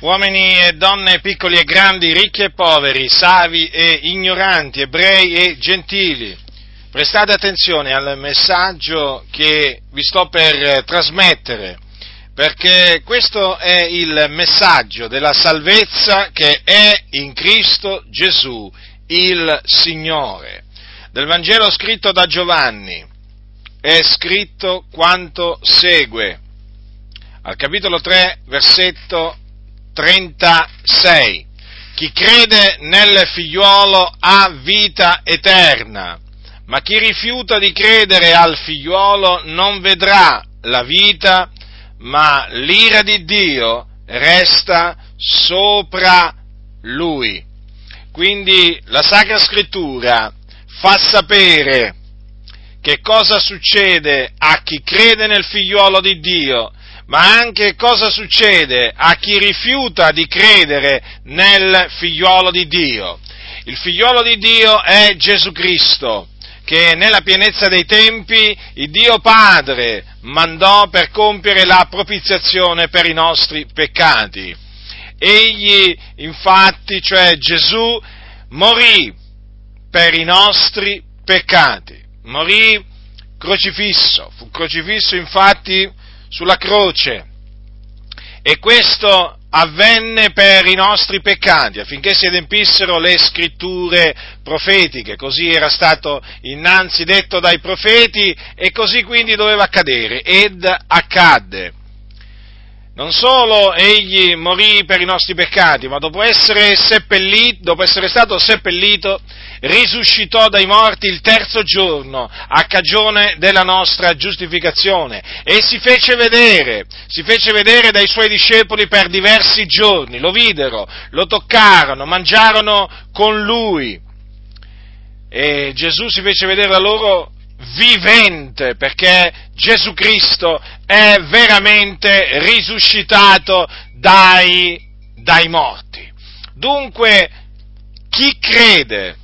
uomini e donne, piccoli e grandi, ricchi e poveri, savi e ignoranti, ebrei e gentili, prestate attenzione al messaggio che vi sto per trasmettere, perché questo è il messaggio della salvezza che è in Cristo Gesù, il Signore. Del Vangelo scritto da Giovanni è scritto quanto segue, al capitolo 3, versetto 36. Chi crede nel figliuolo ha vita eterna, ma chi rifiuta di credere al figliuolo non vedrà la vita, ma l'ira di Dio resta sopra lui. Quindi la Sacra Scrittura fa sapere che cosa succede a chi crede nel figliuolo di Dio, ma anche cosa succede a chi rifiuta di credere nel figliuolo di Dio. Il figliuolo di Dio è Gesù Cristo, che nella pienezza dei tempi il Dio Padre mandò per compiere la propiziazione per i nostri peccati. Egli, infatti, cioè Gesù, morì per i nostri peccati, morì crocifisso, fu crocifisso infatti sulla croce, e questo avvenne per i nostri peccati, affinché si adempissero le scritture profetiche, così era stato innanzi detto dai profeti, e così quindi doveva accadere, ed accadde. Non solo egli morì per i nostri peccati, ma dopo essere stato seppellito, risuscitò dai morti il terzo giorno, a cagione della nostra giustificazione, e si fece vedere dai suoi discepoli per diversi giorni, lo videro, lo toccarono, mangiarono con lui, e Gesù si fece vedere a loro vivente, perché Gesù Cristo è veramente risuscitato dai morti. Dunque, chi crede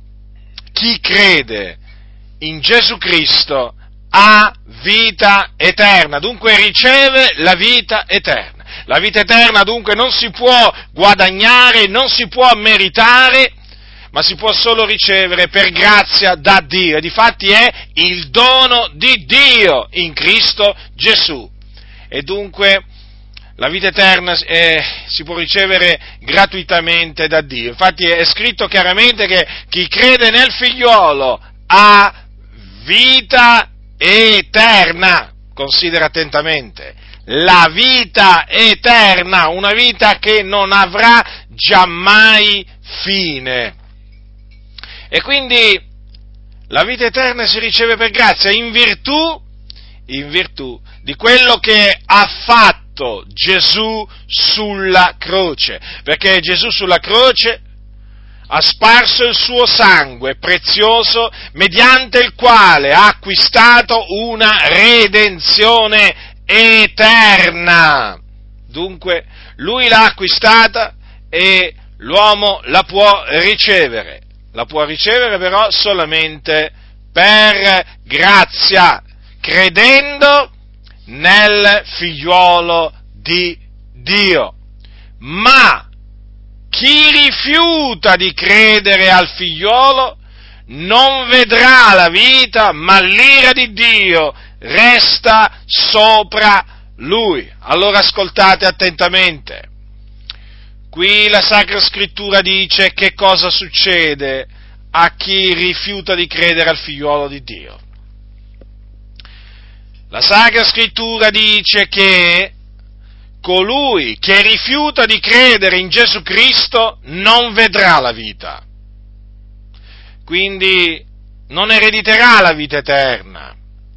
in Gesù Cristo ha vita eterna, dunque riceve la vita eterna. La vita eterna dunque non si può guadagnare, non si può meritare, ma si può solo ricevere per grazia da Dio, e difatti è il dono di Dio in Cristo Gesù. E dunque la vita eterna si può ricevere gratuitamente da Dio. Infatti è scritto chiaramente che chi crede nel figliuolo ha vita eterna. Considera attentamente, la vita eterna, una vita che non avrà giammai fine. E quindi la vita eterna si riceve per grazia in virtù di quello che ha fatto Gesù sulla croce, perché Gesù sulla croce ha sparso il suo sangue prezioso, mediante il quale ha acquistato una redenzione eterna. Dunque, lui l'ha acquistata e l'uomo la può ricevere però solamente per grazia, credendo nel figliuolo di Dio. Ma chi rifiuta di credere al figliuolo non vedrà la vita, ma l'ira di Dio resta sopra lui. Allora ascoltate attentamente. Qui la Sacra Scrittura dice che cosa succede a chi rifiuta di credere al figliuolo di Dio. La Sacra Scrittura dice che colui che rifiuta di credere in Gesù Cristo non vedrà la vita, quindi non erediterà la vita eterna,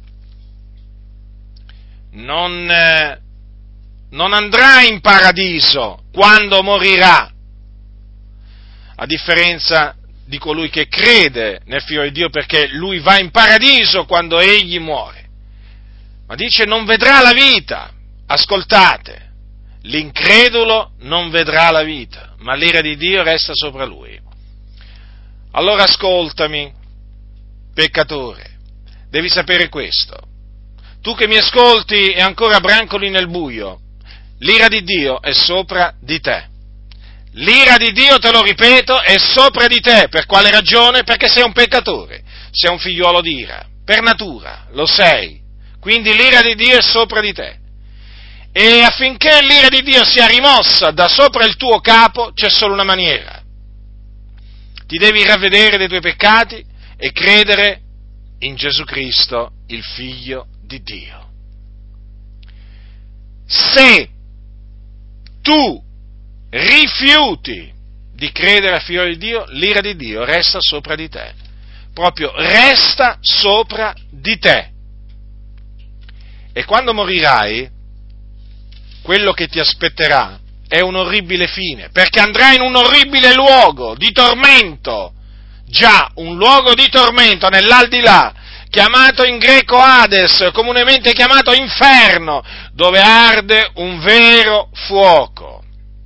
non andrà in paradiso quando morirà, a differenza di colui che crede nel Figlio di Dio, perché lui va in paradiso quando egli muore. Ma dice non vedrà la vita. Ascoltate, l'incredulo non vedrà la vita, ma l'ira di Dio resta sopra lui. Allora ascoltami, peccatore, devi sapere questo. Tu che mi ascolti e ancora brancoli nel buio, l'ira di Dio è sopra di te. L'ira di Dio, te lo ripeto, è sopra di te. Per quale ragione? Perché sei un peccatore, sei un figliuolo di ira, per natura, lo sei. Quindi l'ira di Dio è sopra di te. E affinché l'ira di Dio sia rimossa da sopra il tuo capo, c'è solo una maniera. Ti devi ravvedere dei tuoi peccati e credere in Gesù Cristo, il Figlio di Dio. Se tu rifiuti di credere al Figlio di Dio, l'ira di Dio resta sopra di te. Proprio resta sopra di te. E quando morirai, quello che ti aspetterà è un orribile fine, perché andrai in un orribile luogo di tormento, già un luogo di tormento nell'aldilà, chiamato in greco Hades, comunemente chiamato inferno, dove arde un vero fuoco.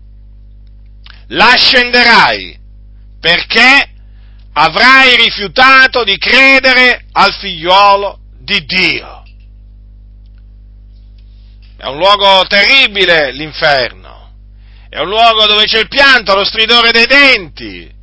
Là scenderai, perché avrai rifiutato di credere al figliuolo di Dio. È un luogo terribile l'inferno, è un luogo dove c'è il pianto, lo stridore dei denti,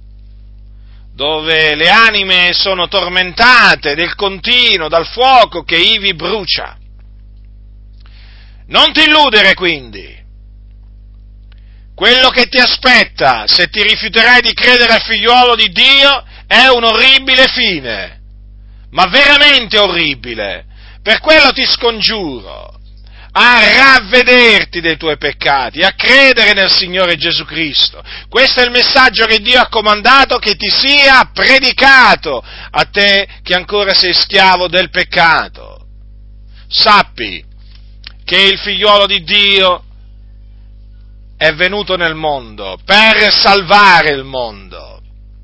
dove le anime sono tormentate del continuo, dal fuoco che ivi brucia. Non ti illudere quindi, quello che ti aspetta se ti rifiuterai di credere al figliuolo di Dio è un orribile fine, ma veramente orribile. Per quello ti scongiuro a ravvederti dei tuoi peccati, a credere nel Signore Gesù Cristo. Questo è il messaggio che Dio ha comandato che ti sia predicato a te che ancora sei schiavo del peccato. Sappi che il figliuolo di Dio è venuto nel mondo per salvare il mondo,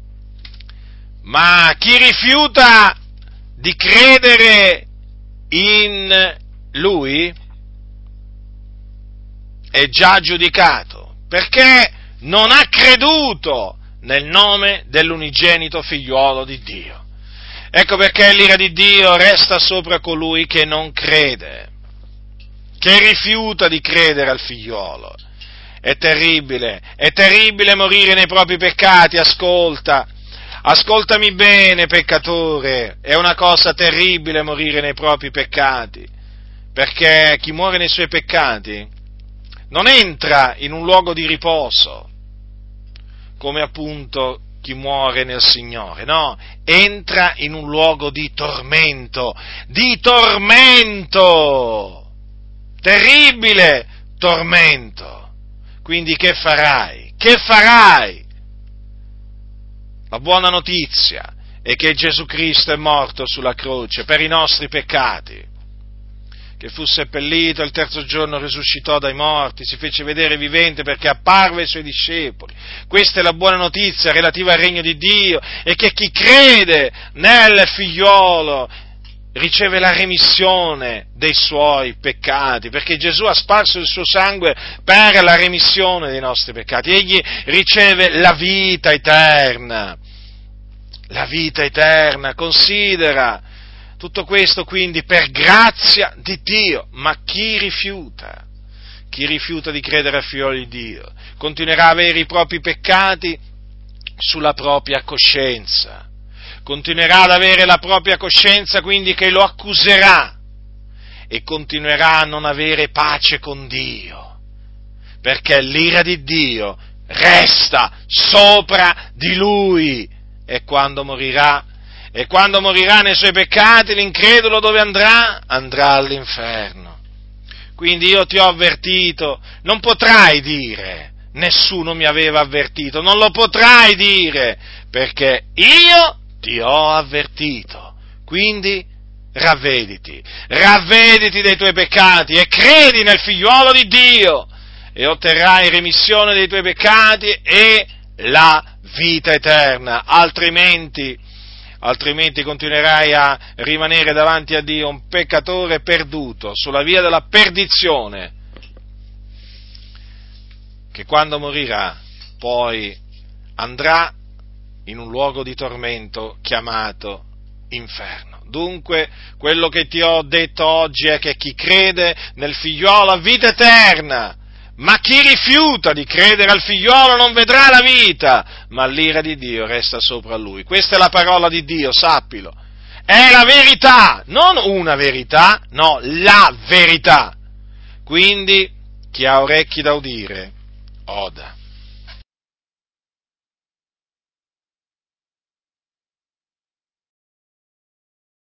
ma chi rifiuta di credere in Lui è già giudicato, perché non ha creduto nel nome dell'unigenito figliuolo di Dio. Ecco perché l'ira di Dio resta sopra colui che non crede, che rifiuta di credere al figliuolo. È terribile morire nei propri peccati, ascoltami bene, peccatore, è una cosa terribile morire nei propri peccati, perché chi muore nei suoi peccati non entra in un luogo di riposo, come appunto chi muore nel Signore, no, entra in un luogo di tormento, terribile tormento. Quindi che farai? Che farai? La buona notizia è che Gesù Cristo è morto sulla croce per i nostri peccati, che fu seppellito, il terzo giorno risuscitò dai morti, si fece vedere vivente perché apparve ai suoi discepoli. Questa è la buona notizia relativa al regno di Dio, e che chi crede nel figliolo riceve la remissione dei suoi peccati, perché Gesù ha sparso il suo sangue per la remissione dei nostri peccati. Egli riceve la vita eterna, considera. Tutto questo quindi per grazia di Dio, ma chi rifiuta di credere al figlio di Dio, continuerà a avere i propri peccati sulla propria coscienza, continuerà ad avere la propria coscienza quindi che lo accuserà, e continuerà a non avere pace con Dio, perché l'ira di Dio resta sopra di lui, e quando morirà nei suoi peccati, l'incredulo dove andrà? Andrà all'inferno. Quindi io ti ho avvertito, non potrai dire, nessuno mi aveva avvertito, non lo potrai dire, perché io ti ho avvertito. Quindi ravvediti dei tuoi peccati e credi nel figliuolo di Dio, e otterrai remissione dei tuoi peccati e la vita eterna, altrimenti continuerai a rimanere davanti a Dio un peccatore perduto sulla via della perdizione, che quando morirà poi andrà in un luogo di tormento chiamato inferno. Dunque, quello che ti ho detto oggi è che chi crede nel figliuolo ha vita eterna, Ma chi rifiuta di credere al figliolo non vedrà la vita, ma l'ira di Dio resta sopra lui. Questa è la parola di Dio, sappilo. È la verità, non una verità, no, la verità. Quindi, chi ha orecchi da udire, oda.